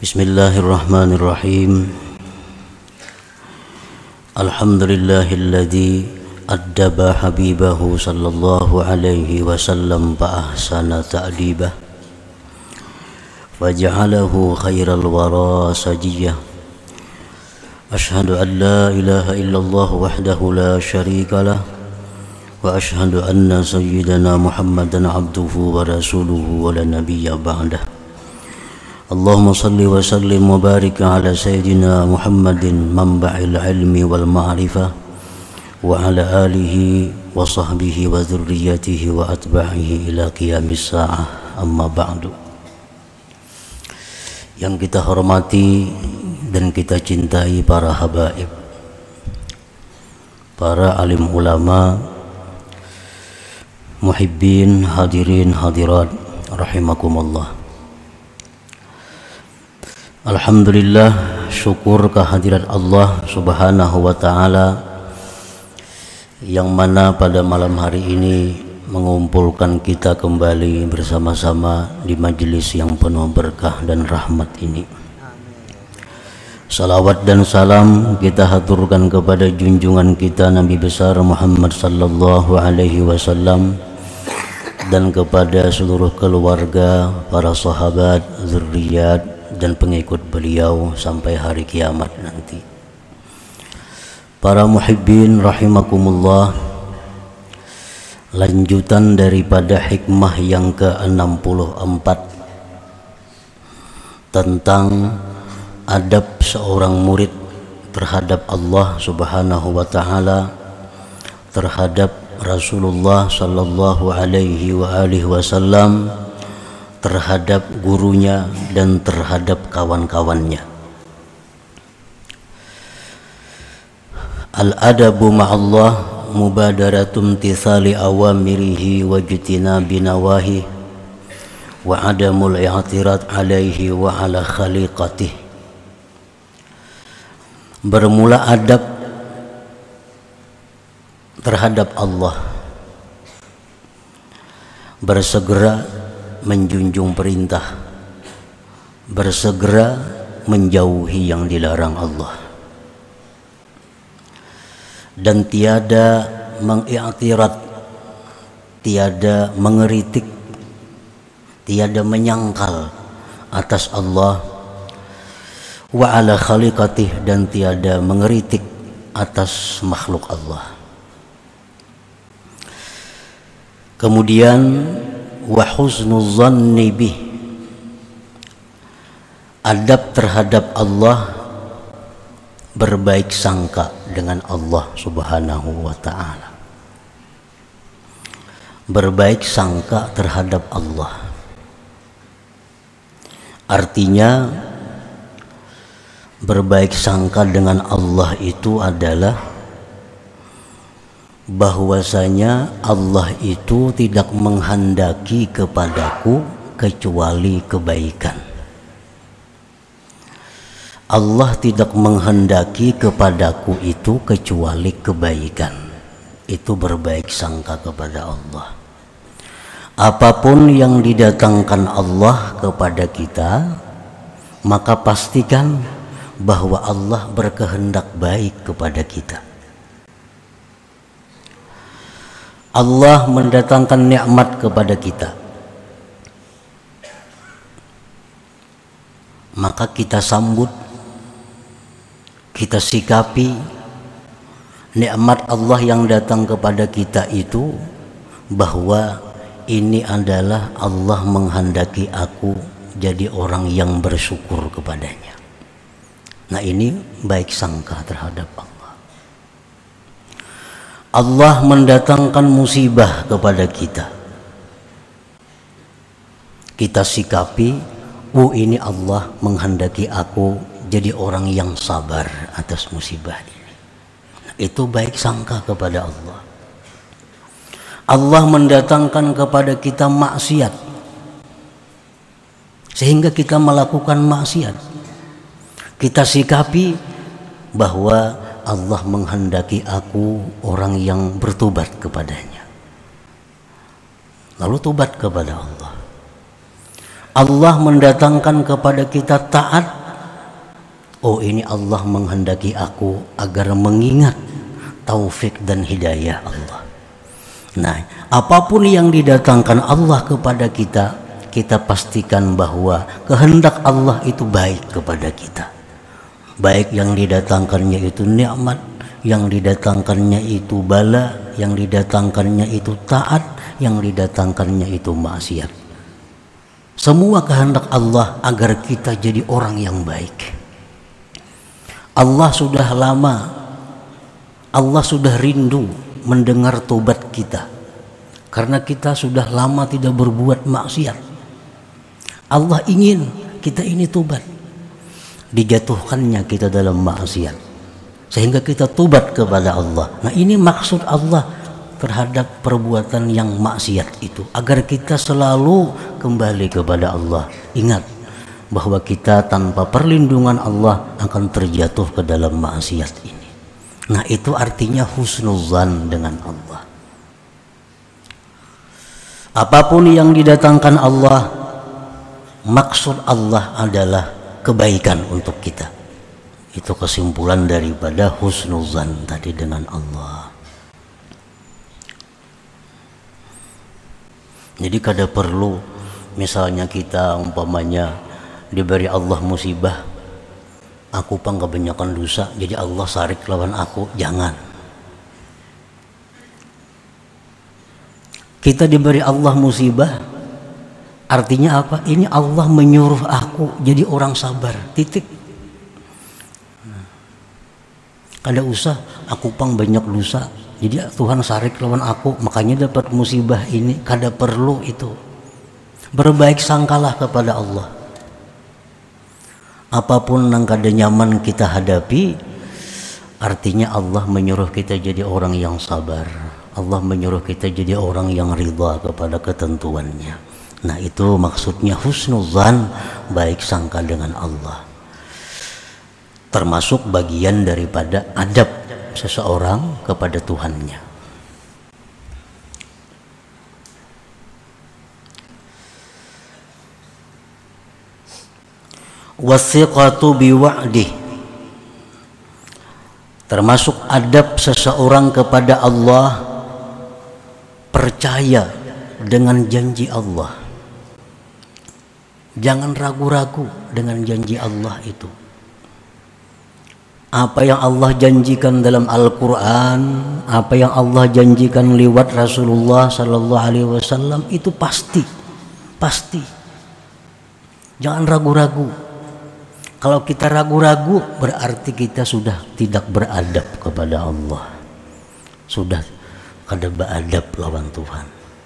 Bismillahirrahmanirrahim. Alhamdulillahilladzi addaba habibahu sallallahu alaihi wasallam fa ahsana ta'dibah faja'alahu khairal wara sajiyah. Ashhadu an la ilaha illallah wahdahu la syarika lah wa ashhadu anna sayyidana Muhammadan abduhu wa rasuluhu wa la nabiyya ba'dah. Allahumma salli wa sallim wa barik ala sayyidina Muhammadin manba'il ilmi wal ma'rifah wa ala alihi wa sahbihi wa dhurriyyatihi wa atba'ihi ila qiyamis sa'ah, amma ba'du. Yang kita hormati dan kita cintai para habaib, para alim ulama, muhibbin, hadirin hadirat rahimakumullah. Alhamdulillah, syukur kehadirat Allah subhanahu wa ta'ala yang mana pada malam hari ini mengumpulkan kita kembali bersama-sama di majelis yang penuh berkah dan rahmat ini. Salawat dan salam kita haturkan kepada junjungan kita Nabi besar Muhammad sallallahu alaihi wasallam dan kepada seluruh keluarga, para sahabat, zuriat dan pengikut beliau sampai hari kiamat nanti. Para muhibbin rahimakumullah, lanjutan daripada hikmah yang ke-64 tentang adab seorang murid terhadap Allah subhanahu wa ta'ala, terhadap Rasulullah sallallahu alaihi wa alihi wasallam, terhadap gurunya dan terhadap kawan-kawannya. Al-adabu ma'allah mubadaratum tisali awamirihi wa jitinabi nawahi wa adamul i'tirad alaihi wa ala khaliqatih. Bermula adab terhadap Allah, bersegera menjunjung perintah, bersegera menjauhi yang dilarang Allah, dan tiada mengiktirat, tiada mengeritik, tiada menyangkal atas Allah, wa ala khaliqatih, dan tiada mengeritik atas makhluk Allah. Kemudian wa husnul zanni bih, adab terhadap Allah, berbaik sangka dengan Allah subhanahu wa ta'ala, berbaik sangka terhadap Allah. Artinya berbaik sangka dengan Allah itu adalah bahwasanya Allah itu tidak menghendaki kepadaku kecuali kebaikan. Allah tidak menghendaki kepadaku itu kecuali kebaikan. Itu berbaik sangka kepada Allah. Apapun yang didatangkan Allah kepada kita, maka pastikan bahwa Allah berkehendak baik kepada kita. Allah mendatangkan nikmat kepada kita, maka kita sambut, kita sikapi nikmat Allah yang datang kepada kita itu bahwa ini adalah Allah menghendaki aku jadi orang yang bersyukur kepadanya. Nah, ini baik sangka terhadap Allah. Allah mendatangkan musibah kepada kita, kita sikapi, ini Allah menghendaki aku jadi orang yang sabar atas musibah ini. Itu baik sangka kepada Allah. Allah mendatangkan kepada kita maksiat sehingga kita melakukan maksiat, kita sikapi bahwa Allah menghendaki aku orang yang bertobat kepadanya, lalu tobat kepada Allah. Allah mendatangkan kepada kita taat. Oh, ini Allah menghendaki aku agar mengingat taufik dan hidayah Allah. Nah, apapun yang didatangkan Allah kepada kita, kita pastikan bahwa kehendak Allah itu baik kepada kita. Baik yang didatangkannya itu nikmat, yang didatangkannya itu bala, yang didatangkannya itu taat, yang didatangkannya itu maksiat. Semua kehendak Allah agar kita jadi orang yang baik. Allah sudah lama, Allah sudah rindu mendengar tobat kita, karena kita sudah lama tidak berbuat maksiat. Allah ingin kita ini tobat. Dijatuhkannya kita dalam maksiat, sehingga kita tobat kepada Allah. Nah, ini maksud Allah terhadap perbuatan yang maksiat itu, agar kita selalu kembali kepada Allah. Ingat bahwa kita tanpa perlindungan Allah akan terjatuh ke dalam maksiat ini. Nah, itu artinya husnuzan dengan Allah. Apapun yang didatangkan Allah, maksud Allah adalah kebaikan untuk kita. Itu kesimpulan daripada husnuzan tadi dengan Allah. Jadi kada perlu misalnya kita umpamanya diberi Allah musibah, aku pang kebanyakan dosa jadi Allah sarik lawan aku. Jangan. Kita diberi Allah musibah, artinya apa? Ini Allah menyuruh aku jadi orang sabar, titik. Kada usah aku pang banyak dosa jadi Tuhan sarik lawan aku makanya dapat musibah ini. Kada perlu itu. Berbaik sangkalah kepada Allah. Apapun yang kada nyaman kita hadapi, artinya Allah menyuruh kita jadi orang yang sabar. Allah menyuruh kita jadi orang yang ridha kepada ketentuannya. Nah, itu maksudnya husnuzan, baik sangka dengan Allah. Termasuk bagian daripada adab seseorang kepada Tuhannya. Wasiqatu biwa'dih, termasuk adab seseorang kepada Allah, percaya dengan janji Allah. Jangan ragu-ragu dengan janji Allah itu. Apa yang Allah janjikan dalam Al-Quran, apa yang Allah janjikan lewat Rasulullah Sallallahu Alaihi Wasallam itu pasti. Jangan ragu-ragu. Kalau kita ragu-ragu berarti kita sudah tidak beradab kepada Allah. Sudah kada beradab lawan Tuhan.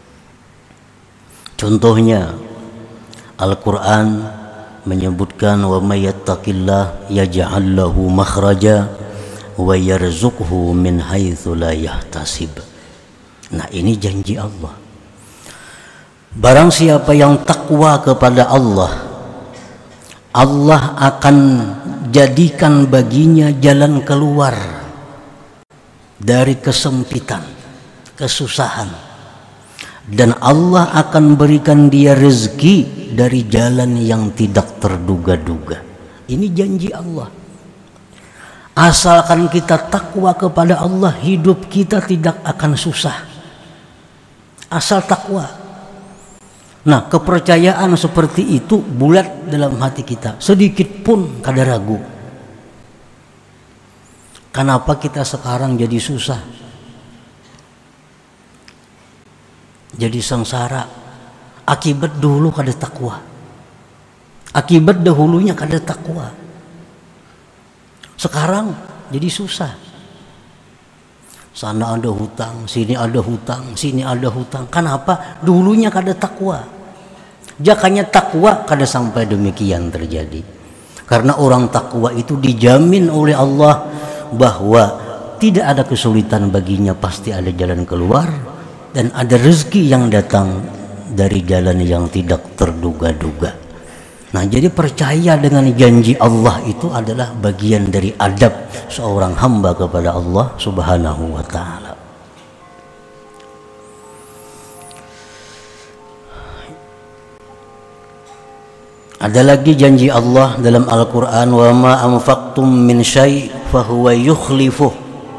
Contohnya Al-Quran menyebutkan wa may yattaqillah yaj'al lahu makhraja wa yarzuqhu min haitsu la yahtasib. Nah, ini janji Allah. Barang siapa yang takwa kepada Allah, Allah akan jadikan baginya jalan keluar dari kesempitan, kesusahan, dan Allah akan berikan dia rezeki dari jalan yang tidak terduga-duga. Ini janji Allah. Asalkan kita takwa kepada Allah, hidup kita tidak akan susah. Asal takwa. Nah, kepercayaan seperti itu bulat dalam hati kita, sedikit pun kada ragu. Kenapa kita sekarang jadi susah, jadi sengsara? Akibat dulu kada takwa, akibat dahulunya kada takwa. Sekarang jadi susah. Sana ada hutang, sini ada hutang, sini ada hutang. Kenapa? Dulunya kada takwa. Jakanya takwa kada sampai demikian terjadi. Karena orang takwa itu dijamin oleh Allah bahwa tidak ada kesulitan baginya, pasti ada jalan keluar dan ada rezeki yang datang dari jalan yang tidak terduga-duga. Nah, jadi percaya dengan janji Allah itu adalah bagian dari adab seorang hamba kepada Allah Subhanahu wa ta'ala. Ada lagi janji Allah dalam Al-Quran, wa ma anfaqtum min syai' fahuwa yukhlifuh.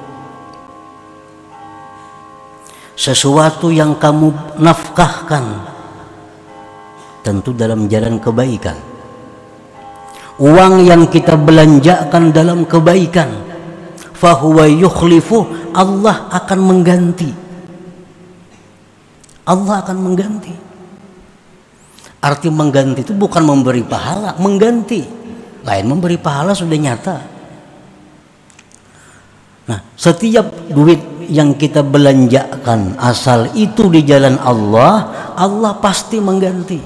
Sesuatu yang kamu nafkahkan tentu dalam jalan kebaikan, uang yang kita belanjakan dalam kebaikan, fahuwa yukhlifuh, Allah akan mengganti. Allah akan mengganti. Arti mengganti itu bukan memberi pahala, mengganti. Lain memberi pahala sudah nyata. Nah, setiap duit yang kita belanjakan asal itu di jalan Allah, Allah pasti mengganti.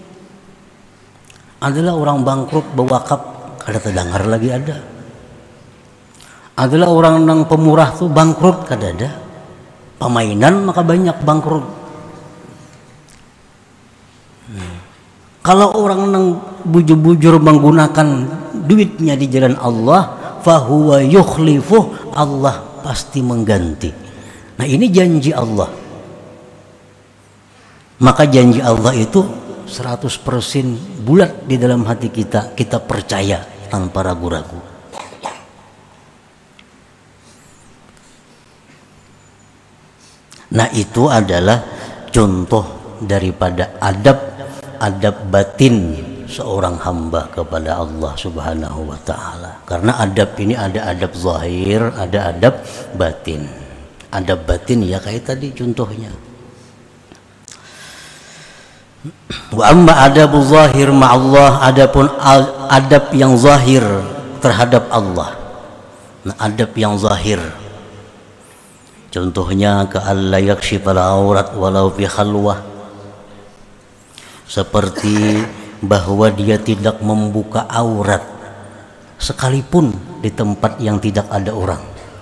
Adalah orang bangkrut bewakaf, kada terdengar lagi ada. Adalah orang nang pemurah tuh bangkrut, kada ada. Pemainan maka banyak bangkrut. Kalau orang nang bujur-bujur menggunakan duitnya di jalan Allah, fahuwa yukhlifuh, Allah pasti mengganti. Nah, ini janji Allah. Maka janji Allah itu 100% bulat di dalam hati kita, kita percaya tanpa ragu-ragu. Nah, itu adalah contoh daripada adab batin seorang hamba kepada Allah Subhanahu wa ta'ala. Karena adab ini ada adab zahir, ada adab batin. Adab batin ya kayak tadi contohnya. Wa amma adabu zahir ma'allah, adapun adab yang zahir terhadap Allah. Nah, adab yang zahir contohnya ka alla yakshifal aurat walau fi khalwah, seperti bahwa dia tidak membuka aurat sekalipun di tempat yang tidak ada orang.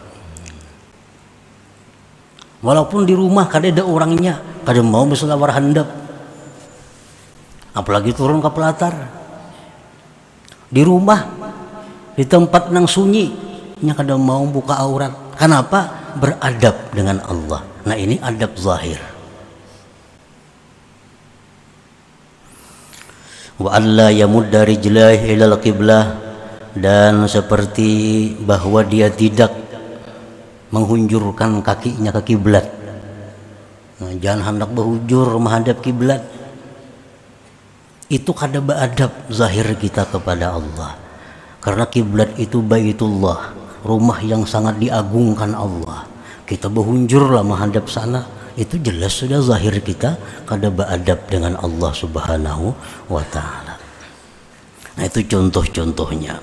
Walaupun di rumah kada ada orangnya, kada mau berselawar handap, apalagi turun ke pelatar. Di rumah, di tempat nang sunyi, nya kada mau buka aurat. Kenapa? Beradab dengan Allah. Nah, ini adab zahir. Wa alla yamudda rijlaihi ilal qiblah, dan seperti bahwa dia tidak menghunjurkan kakinya ke kiblat. Nah, jangan hendak berhujur menghadap kiblat. Itu kada beadab zahir kita kepada Allah. Karena kiblat itu Baitullah, rumah yang sangat diagungkan Allah. Kita berhunjurlah menghadap sana, itu jelas sudah zahir kita kada beadab dengan Allah Subhanahu wa ta'ala. Nah, itu contoh-contohnya.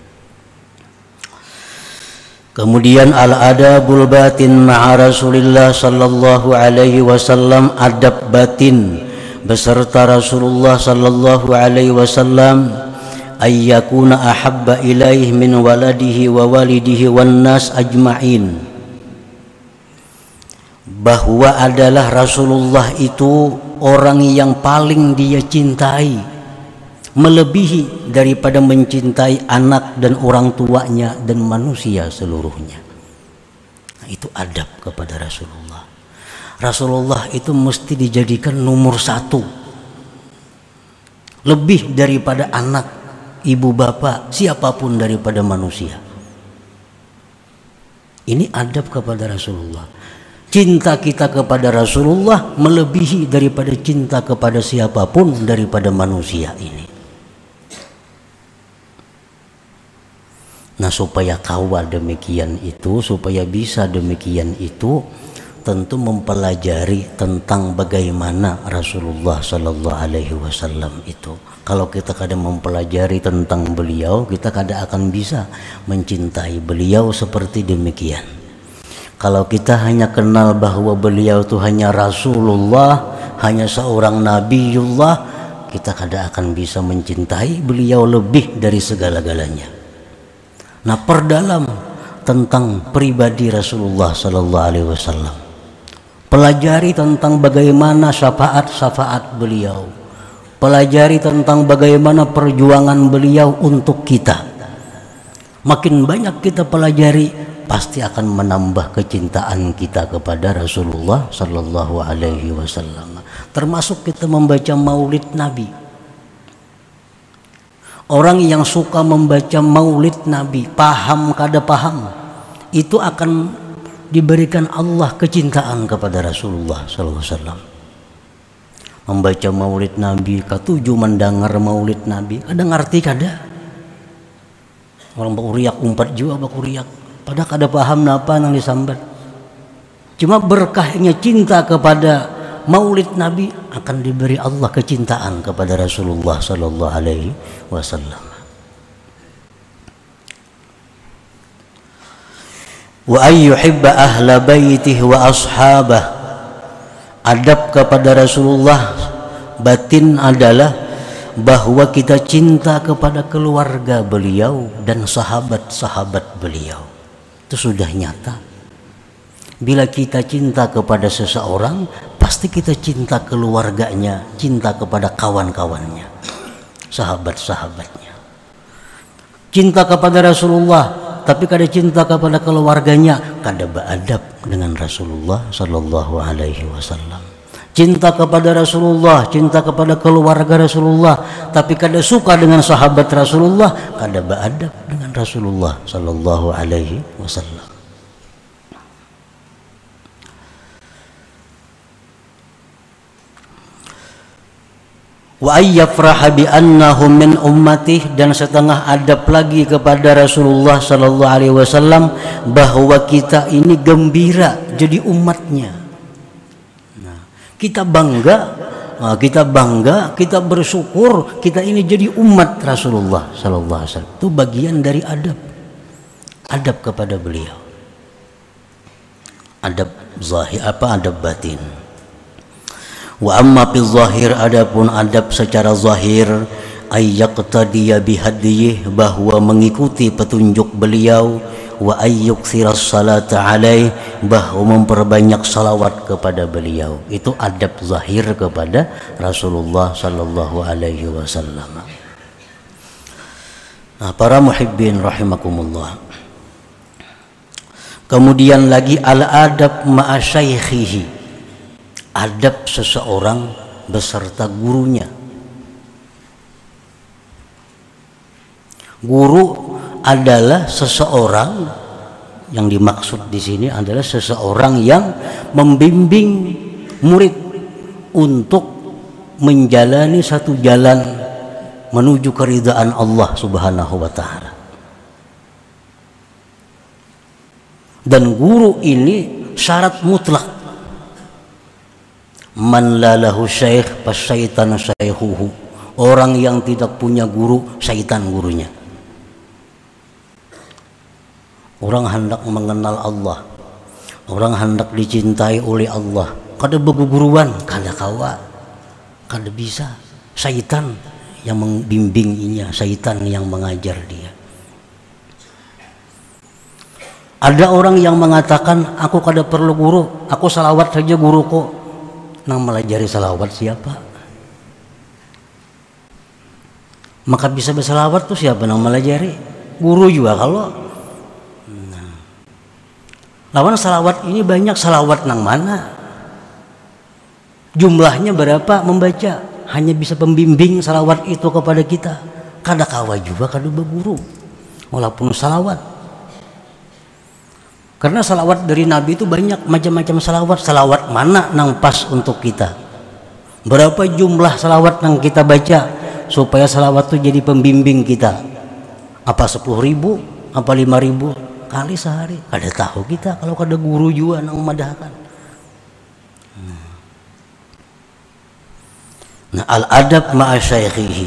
Kemudian al-adabul batin ma'a Rasulillah sallallahu alaihi wasallam, adab batin beserta Rasulullah sallallahu alaihi wasallam, ayyakuna ahabba ilaih min waladihi wa walidihi wan nas ajma'in, bahwa adalah Rasulullah itu orang yang paling dia cintai, melebihi daripada mencintai anak dan orang tuanya dan manusia seluruhnya. Nah, itu adab kepada Rasulullah. Rasulullah itu mesti dijadikan nomor satu, lebih daripada anak, ibu bapak, siapapun daripada manusia. Ini adab kepada Rasulullah. Cinta kita kepada Rasulullah melebihi daripada cinta kepada siapapun daripada manusia ini. Nah, supaya kawal demikian itu, supaya bisa demikian itu, tentu mempelajari tentang bagaimana Rasulullah Sallallahu Alaihi Wasallam itu. Kalau kita kadang mempelajari tentang beliau, kita kadang akan bisa mencintai beliau seperti demikian. Kalau kita hanya kenal bahwa beliau itu hanya Rasulullah, hanya seorang Nabiullah, kita kadang akan bisa mencintai beliau lebih dari segala-galanya. Nah, perdalam tentang pribadi Rasulullah Sallallahu Alaihi Wasallam, pelajari tentang bagaimana syafaat-syafaat beliau, pelajari tentang bagaimana perjuangan beliau untuk kita. Makin banyak kita pelajari, pasti akan menambah kecintaan kita kepada Rasulullah Sallallahu Alaihi Wasallam. Termasuk kita membaca Maulid Nabi. orang yang suka membaca maulid Nabi, paham kada paham, itu akan diberikan Allah kecintaan kepada Rasulullah sallallahu alaihi wasallam. Membaca maulid Nabi, katuju mendengar maulid Nabi, kada ngerti kada. Orang bakuriak umpat juga bakuriak, padahal kada paham napa nang disambat. Cuma berkahnya cinta kepada maulid Nabi akan diberi Allah kecintaan kepada Rasulullah sallallahu alaihi wasallam. Wa ayyuhibba ahla baitihi wa ashabah. Adab kepada Rasulullah batin adalah bahwa kita cinta kepada keluarga beliau dan sahabat-sahabat beliau. Itu sudah nyata. Bila kita cinta kepada seseorang, pasti kita cinta keluarganya, cinta kepada kawan-kawannya, sahabat-sahabatnya. Cinta kepada Rasulullah, tapi kada cinta kepada keluarganya, kada beradab dengan Rasulullah sallallahu alaihi wasallam. Cinta kepada Rasulullah, cinta kepada keluarga Rasulullah, tapi kada suka dengan sahabat Rasulullah, kada beradab dengan Rasulullah sallallahu alaihi wasallam. Wa ayyafraha bi annahu min ummatih, dan setengah adab lagi kepada Rasulullah sallallahu alaihi wasallam bahwa kita ini gembira jadi umatnya. Nah, kita bangga, kita bersyukur kita ini jadi umat Rasulullah sallallahu alaihi wasallam. Itu bagian dari adab kepada beliau. Adab zahir adab batin. Wa amma fil zahir, adapun adab secara zahir, ayyaqtadiya bihadiyih, bahwa mengikuti petunjuk beliau, wa ayyuksiras salata alaih, bahwa memperbanyak salawat kepada beliau. Itu adab zahir kepada Rasulullah sallallahu alaihi wasallam. Nah, para muhibbin rahimakumullah. Kemudian lagi al-adab ma'a syaikhihi, adab seseorang beserta gurunya. Guru adalah seseorang, yang dimaksud di sini adalah seseorang yang membimbing murid untuk menjalani satu jalan menuju keridhaan Allah Subhanahu wa taala. Dan guru ini syarat mutlak. Man la lahu syekh fasyaitan syaikhuhu. Orang yang tidak punya guru, syaitan gurunya. Orang hendak mengenal Allah, orang hendak dicintai oleh Allah, kada beguruan, kada kawa, kada bisa. Syaitan yang membimbinginya, syaitan yang mengajar dia. Ada orang yang mengatakan, aku kada perlu guru, aku salawat saja guruku. Nang melajari salawat siapa? Maka bisa bersalawat tuh siapa nang melajari? Guru juga kalau. Nah, lawan salawat ini banyak, salawat nang mana? Jumlahnya berapa membaca? Hanya bisa pembimbing salawat itu kepada kita. Kada kawa juga kada berguru, walaupun salawat. Karena salawat dari Nabi itu banyak macam-macam salawat. Salawat mana nang pas untuk kita? Berapa jumlah salawat yang kita baca supaya salawat itu jadi pembimbing kita? Apa 10.000? Apa 5.000 kali sehari? Kada tahu kita kalau kada guru juga nang memadahkan. Nah, al-adab ma'a syaikhihi.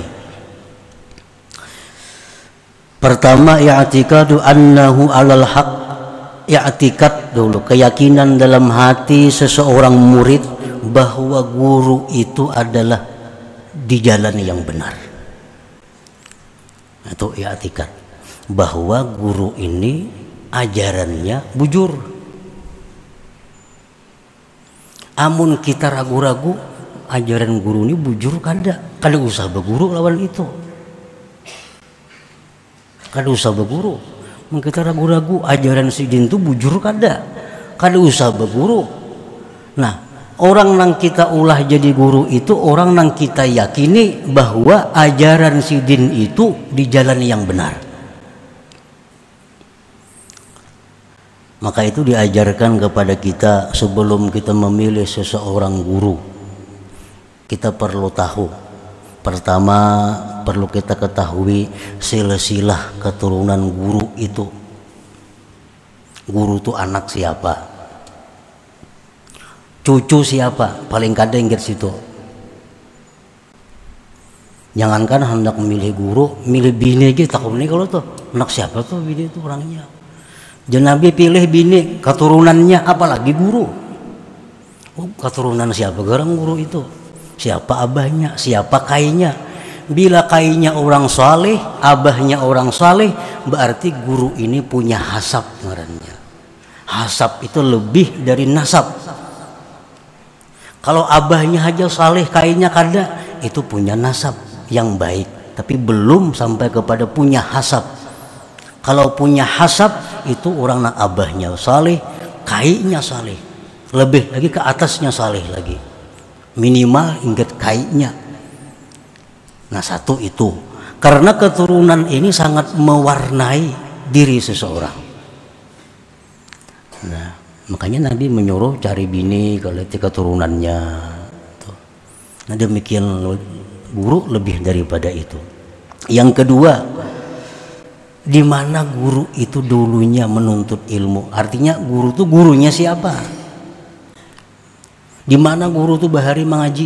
Pertama, i'tikadu annahu 'alal haq. I'tikad dulu, keyakinan dalam hati seseorang murid bahwa guru itu adalah di jalan yang benar. Itu i'tikad bahwa guru ini ajarannya bujur. Amun kita ragu-ragu ajaran guru ini bujur, kada usah berguru lawan itu. Kada usah berguru. Kita ragu-ragu ajaran si jin itu bujur kada usah berguru. Nah, orang nang kita ulah jadi guru itu orang nang kita yakini bahwa ajaran sidin itu di jalan yang benar. Maka itu diajarkan kepada kita sebelum kita memilih seseorang guru, kita perlu tahu. Pertama, perlu kita ketahui silsilah keturunan guru itu. Guru itu anak siapa? Cucu siapa? Paling kadang ingat situ. Jangankan hendak memilih guru, milih bini aja takut nih kalau tuh anak siapa tuh bini itu orangnya. Jangan Nabi pilih bini keturunannya, apalagi guru. Oh, keturunan siapa garang guru itu? Siapa abahnya? Siapa kainya? Bila kainya orang saleh, abahnya orang saleh, berarti guru ini punya hasab ngarannya. Hasab itu lebih dari nasab. Kalau abahnya aja saleh, kainya kada, itu punya nasab yang baik, tapi belum sampai kepada punya hasab. Kalau punya hasab itu orang nak abahnya saleh, kainya saleh, lebih lagi ke atasnya saleh lagi, minimal ingat kainya. Nah satu itu, karena keturunan ini sangat mewarnai diri seseorang. Nah makanya Nabi menyuruh cari bini kalau itu keturunannya. Nah demikian guru lebih daripada itu. Yang kedua, di mana guru itu dulunya menuntut ilmu, artinya guru itu gurunya siapa? Di mana guru itu bahari mengaji?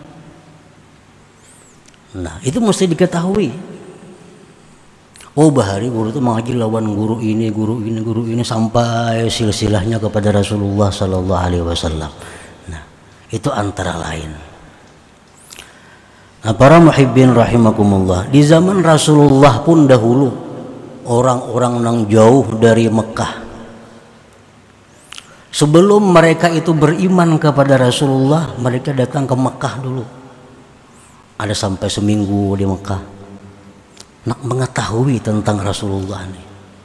Nah itu mesti diketahui. Oh bahari guru itu mengaji lawan guru ini, guru ini, guru ini sampai silsilahnya kepada Rasulullah Sallallahu Alaihi Wasallam. Nah itu antara lain. Nah para muhibbin rahimakumullah, di zaman Rasulullah pun dahulu orang-orang yang jauh dari Mekah, sebelum mereka itu beriman kepada Rasulullah, mereka datang ke Mekah dulu. Ada sampai seminggu di Mekah, nak mengetahui tentang Rasulullah nih.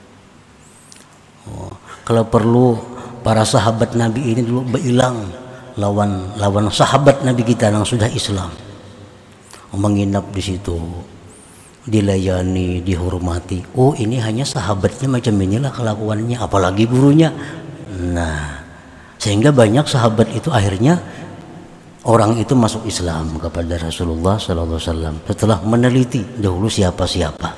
Oh, kalau perlu para sahabat Nabi ini dulu berhilang lawan sahabat Nabi kita yang sudah Islam, menginap di situ, dilayani, dihormati. Oh ini hanya sahabatnya macam inilah kelakuannya, apalagi gurunya. Nah sehingga banyak sahabat itu akhirnya orang itu masuk Islam kepada Rasulullah Sallallahu Alaihi Wasallam setelah meneliti dahulu siapa-siapa.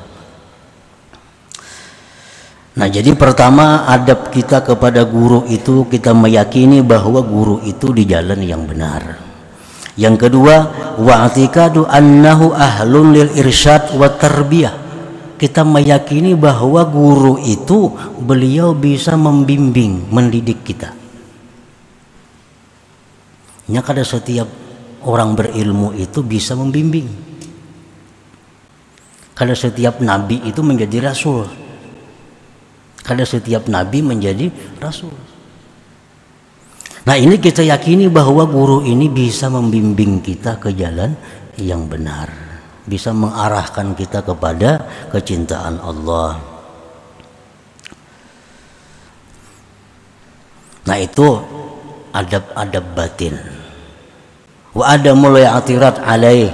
Nah jadi pertama adab kita kepada guru itu kita meyakini bahwa guru itu di jalan yang benar. Yang kedua, wa'atikadu annahu ahlun lil irsyad wa tarbiyah. Kita meyakini bahwa guru itu beliau bisa membimbing, mendidik kita. Ya kada setiap orang berilmu itu bisa membimbing. Kada setiap nabi itu menjadi rasul. Kada setiap nabi menjadi rasul. Nah ini kita yakini bahwa guru ini bisa membimbing kita ke jalan yang benar, bisa mengarahkan kita kepada kecintaan Allah. Nah itu adab-adab batin. Wa adamul i'tirad alaih,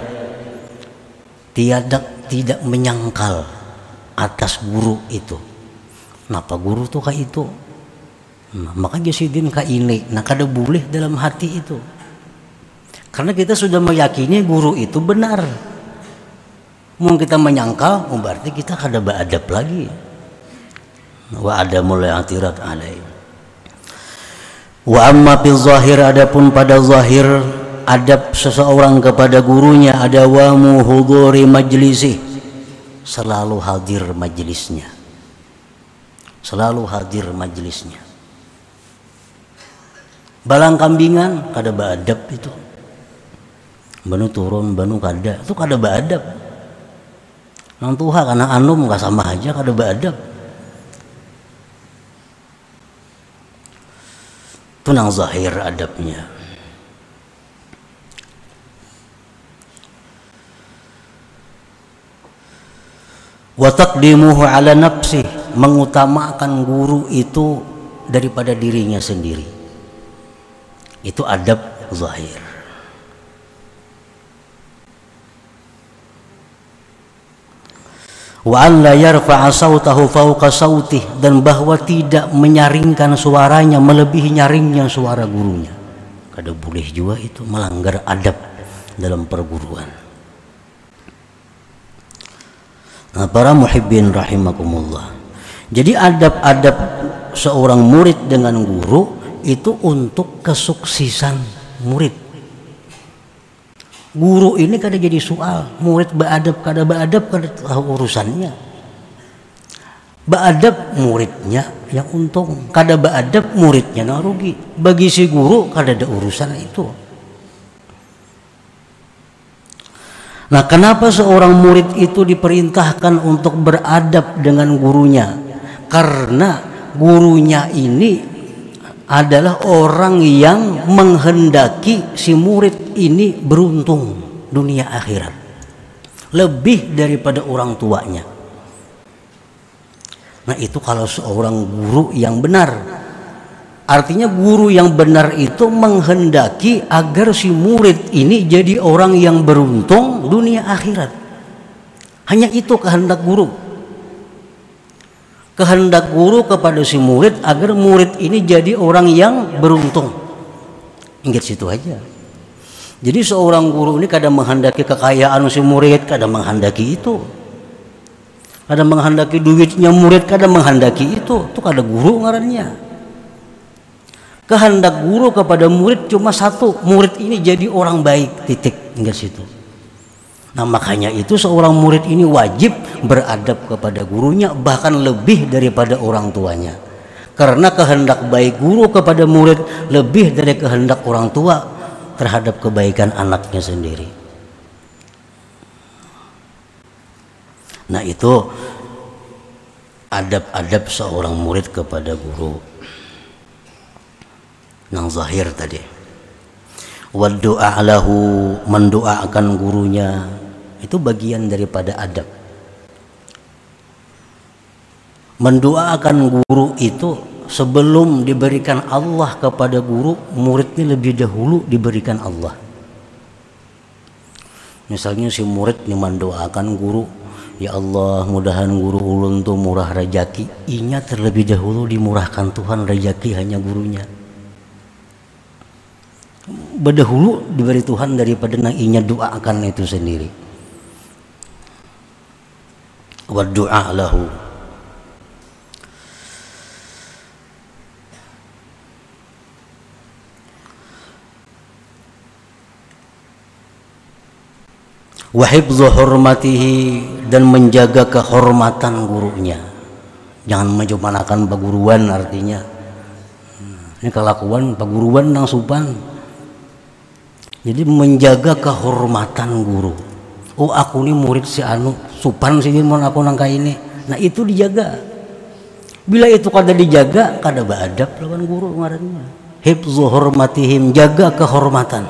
tidak menyangkal atas guru itu. Kenapa guru tuh kayak itu? Nah, maka jasidin ka ini, nah kada boleh dalam hati itu, karena kita sudah meyakini guru itu benar. Mau kita menyangkal, berarti kita kada beradab lagi. Wa adamul i'tirad alaih. Wa amma fil zahir, adapun pada zahir adab seseorang kepada gurunya ada wa muhuduri majlisih, selalu hadir majelisnya, selalu hadir majelisnya. Balang kambingan kada beadab itu, banu turun banu kada, itu kada beadab. Nang tuha karena anum nggak sama aja kada beadab. Itu nang zahir adabnya. Wa taqdimuhu ala nafsi, mengutamakan guru itu daripada dirinya sendiri. Itu adab zahir. Wa an la yarfa'a sautahu fawqa sautih, dan bahwa tidak menyaringkan suaranya melebihi nyaringnya suara gurunya. Kada boleh juga itu, melanggar adab dalam perguruan. Nah, para muhibbin rahimakumullah. Jadi adab-adab seorang murid dengan guru itu untuk kesuksesan murid. Guru ini kada jadi soal, murid beadab kada tahu urusannya. Beadab muridnya yang untung, kada beadab muridnya yang rugi. Bagi si guru kada ada urusan itu. Nah, kenapa seorang murid itu diperintahkan untuk beradab dengan gurunya? Karena gurunya ini adalah orang yang menghendaki si murid ini beruntung dunia akhirat lebih daripada orang tuanya. Nah, itu kalau seorang guru yang benar. Artinya guru yang benar itu menghendaki agar si murid ini jadi orang yang beruntung dunia akhirat. Hanya itu kehendak guru. Kehendak guru kepada si murid agar murid ini jadi orang yang beruntung. Ingat situ aja. Jadi seorang guru ini kadang menghendaki kekayaan si murid, kadang menghendaki itu. Kadang menghendaki duitnya murid, kadang menghendaki itu. Itu kada guru ngarannya. Kehendak guru kepada murid cuma satu, murid ini jadi orang baik, titik. Ingat situ. Nah, makanya itu seorang murid ini wajib beradab kepada gurunya, bahkan lebih daripada orang tuanya. Karena kehendak baik guru kepada murid lebih dari kehendak orang tua terhadap kebaikan anaknya sendiri. Nah, itu adab-adab seorang murid kepada guru. Nang zahir tadi. Wa du'a lahu, mendoakan gurunya. Itu bagian daripada adab. Mendoakan guru itu sebelum diberikan Allah kepada guru, muridnya lebih dahulu diberikan Allah. Misalnya si murid ini mendoakan guru, ya Allah, mudahan guru ulun tuh murah rejaki. Inya terlebih dahulu dimurahkan Tuhan rejaki hanya gurunya. Berdahulu diberi Tuhan daripada nang inya doakan itu sendiri. Wa du'a lahu. Wa hifdzu hurmatihi, dan menjaga kehormatan gurunya. Jangan menjumanakan paguruan, artinya ini kelakuan paguruan nang supan. Jadi menjaga kehormatan guru. Oh, aku ini murid si anu supan sih mon aku nangka ini. Nah, itu dijaga. Bila itu kada dijaga, kada beadab lawan guru ngarannya. Hifdzu hurmatihim, jaga kehormatan.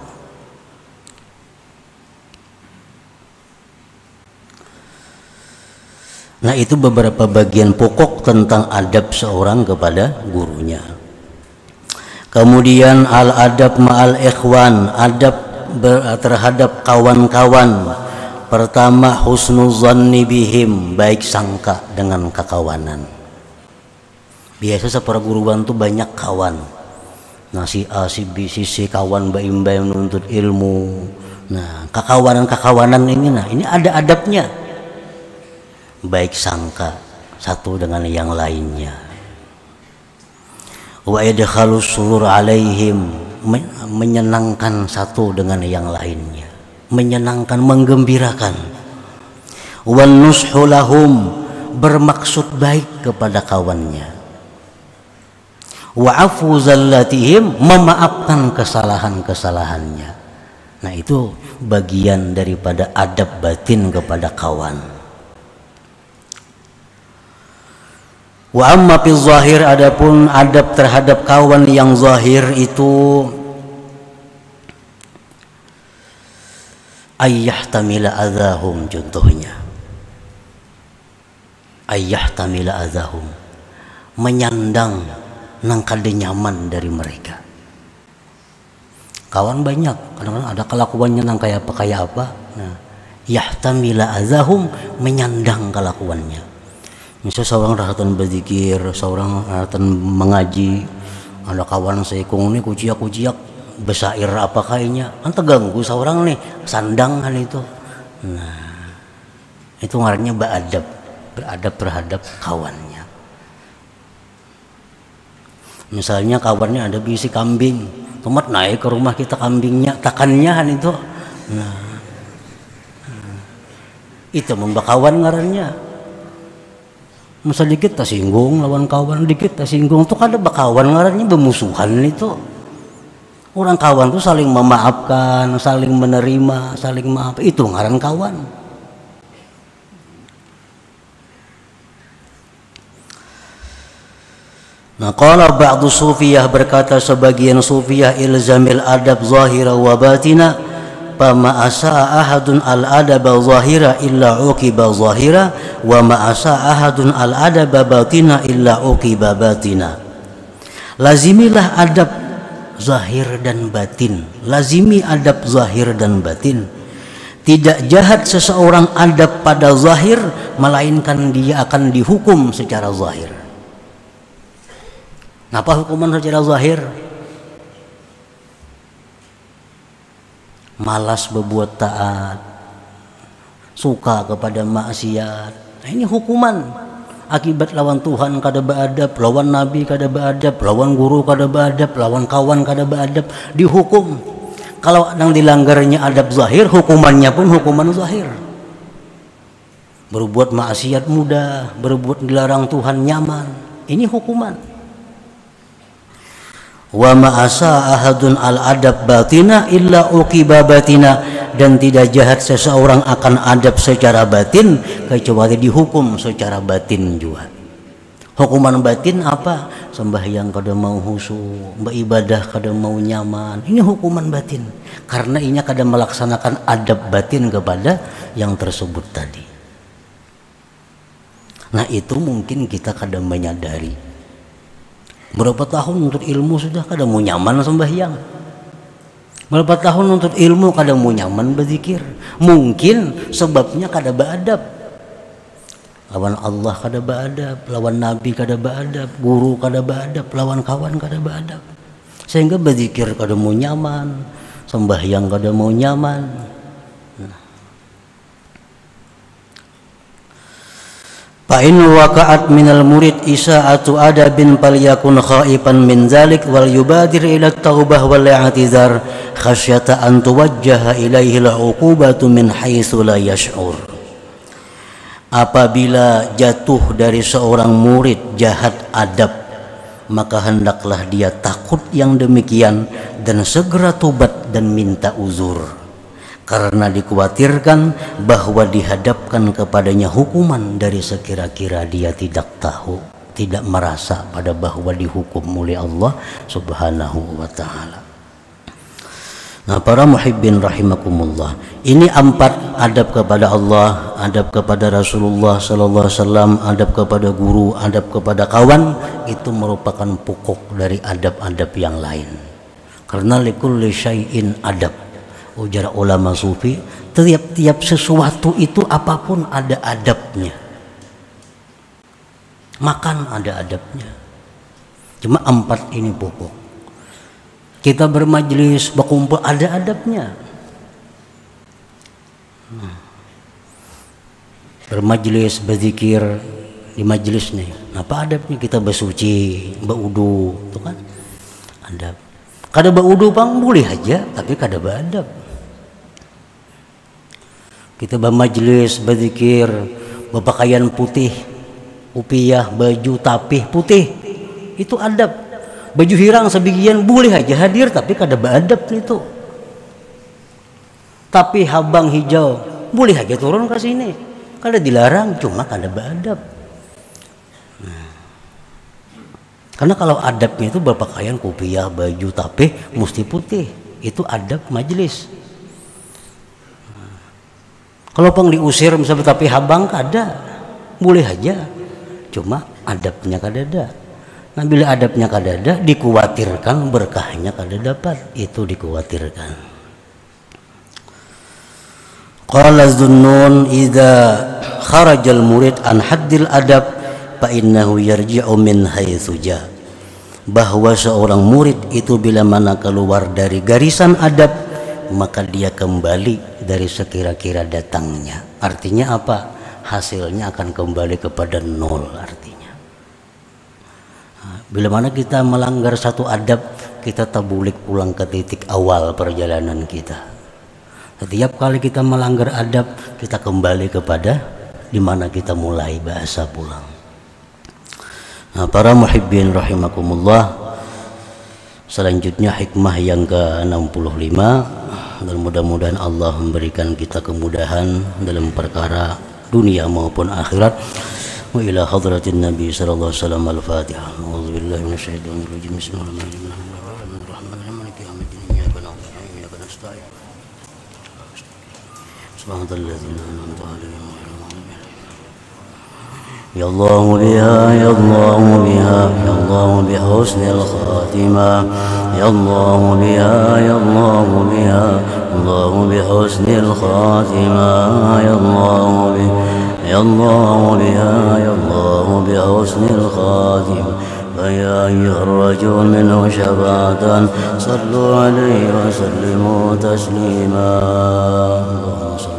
Nah, itu beberapa bagian pokok tentang adab seorang kepada gurunya. Kemudian al-adab ma'al ikhwan, adab terhadap kawan-kawan. Pertama, husnuzanni bihim, baik sangka dengan kekawanan. Biasa seperguruan tuh banyak kawan. Nah, si A, si B, si C kawan baim-baim menuntut ilmu. Nah, kekawanan ini, nah ini ada adabnya. Baik sangka satu dengan yang lainnya. Wa idkhalus surur alaihim, menyenangkan satu dengan yang lainnya, menyenangkan, menggembirakan. Wan nushu lahum, bermaksud baik kepada kawannya. Wa afu zallatihim, memaafkan kesalahan-kesalahannya. Nah, itu bagian daripada adab batin kepada kawan. Wa amma fi zahir, adapun adab terhadap kawan yang zahir itu ayyahtamila adzahum, contohnya ayyahtamila adzahum, menyandang nang kada nyaman dari mereka. kawan banyak, kadang-kadang ada kelakuannya yang kayak apa. Nah, yahtamila azahum, menyandang kelakuannya. Misal seorang rahatan berzikir, seorang rahatan mengaji, ada kawan seikung nih kuciak besair apa kayaknya, kan terganggu seorang nih, sandangan itu. Nah, itu ngarannya beradab terhadap kawannya. Misalnya kawannya ada bisi kambing, tomat naik ke rumah kita kambingnya, takannya kan itu. Nah, itu membakawan ngarannya. Masa dikit tak singgung lawan kawan, dikit tak singgung tuh kada bakawan ngarannya, bermusuhan itu. Orang kawan tuh saling memaafkan, saling menerima, saling maaf, itu ngaran kawan. Nah, qala ba'du sufiyah, berkata sebagian sufiyah, ilzamil adab zahira wa batina, fama asaa ahadun al adaba zahira illa uqiba zahira, wa ma asaa ahadun al adaba batina illa uqiba batina. Lazimilah adab zahir dan batin, lazimi adab zahir dan batin. Tidak jahat seseorang adab pada zahir, melainkan dia akan dihukum secara zahir. Apa hukuman secara zahir? Malas berbuat taat, suka kepada maksiat. Nah, ini hukuman akibat lawan Tuhan kada beadab, lawan Nabi kada beadab, lawan guru kada beadab, lawan kawan kada beadab, dihukum. Kalau yang dilanggarnya adab zahir, hukumannya pun hukuman zahir. Berbuat maksiat mudah, berbuat dilarang Tuhan nyaman, ini hukuman. Wa ma'asa ahadun al adab batina illa uqiba batina, dan tidak jahat seseorang akan adab secara batin kecuali dihukum secara batin juga. Hukuman batin apa? Sembahyang kada mau khusyuk, beribadah kada mau nyaman, ini hukuman batin karena inya kada melaksanakan adab batin kepada yang tersebut tadi. Nah, itu mungkin kita kada menyadari. Berapa tahun untuk ilmu sudah kada mau nyaman sembahyang. Berapa tahun untuk ilmu kada mau nyaman berzikir. Mungkin sebabnya kada beadab. Lawan Allah kada beadab, lawan Nabi kada beadab, guru kada beadab, lawan kawan kada beadab. Sehingga berzikir kada mau nyaman, sembahyang kada mau nyaman. Fa in waqa'at minal murid isa'atu adabin falyakun khaifan min dzalik wal yubadir ila taubah wal i'tizar khasyata an tuwajjaha ilaihi al-uqubatu min haitsu la yash'ur. Apabila jatuh dari seorang murid jahat adab, maka hendaklah dia takut yang demikian dan segera tobat dan minta uzur, karena dikhawatirkan bahwa dihadapkan kepadanya hukuman dari sekira-kira dia tidak tahu, tidak merasa pada bahwa dihukum oleh Allah Subhanahu wa ta'ala. Nah, para muhibbin rahimakumullah, ini 4 adab kepada Allah, adab kepada Rasulullah sallallahu alaihi wasallam, adab kepada guru, adab kepada kawan, itu merupakan pokok dari adab-adab yang lain. Karena likulli syai'in adab, ujar ulama sufi, tiap-tiap sesuatu itu apapun ada adabnya. Makan ada adabnya. Cuma 4 ini pokok. Kita bermajlis, berkumpul ada adabnya. Bermajlis, berzikir di majlis nih, apa adabnya? Kita bersuci, berudu, itu kan adab. Kada berudu bang boleh aja, tapi kada beradab. Kita bermajlis, berzikir, berpakaian putih, upiyah, baju tapih putih, itu adab. Baju hirang sebagian boleh aja hadir, tapi kada beradab itu. Tapi habang hijau boleh aja turun ke sini, kada dilarang, cuma kada beradab. Karena kalau adabnya itu berpakaian kopiah, baju tapih mesti putih, itu adab majlis. Kalau pang diusir misalnya tapi habang kada, boleh aja, cuma adabnya kada ada. Nah bila adabnya kadada, dikhawatirkan berkahnya kada dapat, itu dikhawatirkan. Qala Zunnun idza kharajal murid an haddil adab fa innahu yarji'u min haitsu ja. Bahwa seorang murid itu bila mana keluar dari garisan adab, maka dia kembali dari sekira-kira datangnya. Artinya apa? Hasilnya akan kembali kepada nol artinya. Bila mana kita melanggar satu adab, kita tabulik pulang ke titik awal perjalanan kita. Setiap kali kita melanggar adab, kita kembali kepada di mana kita mulai bahasa pulang. Nah, para muhibbin rahimakumullah, selanjutnya hikmah yang ke-65, dan mudah-mudahan Allah memberikan kita kemudahan dalam perkara dunia maupun akhirat. Wa ila hadratin Nabi sallallahu alaihi wasallam al-Fatihah. A'udzu billahi minasyaitonir rajim. Bismillahirrahmanirrahim. Maliki yaumiddin. Iyyaka na'budu wa iyyaka nasta'in. Subhanal ladzina an'amta 'alaihim. Ya Allah biha, ya Allah biha, ya Allah bi husnil khatimah. Ya Allah biha, ya Allah biha, Allah bi husnil khatimah. Ya Allah biha, ya Allah biha, ya Allah bi husnil khatimah. فيا أيها الرجل منه شفاعة صلوا عليه وسلموا تسليما.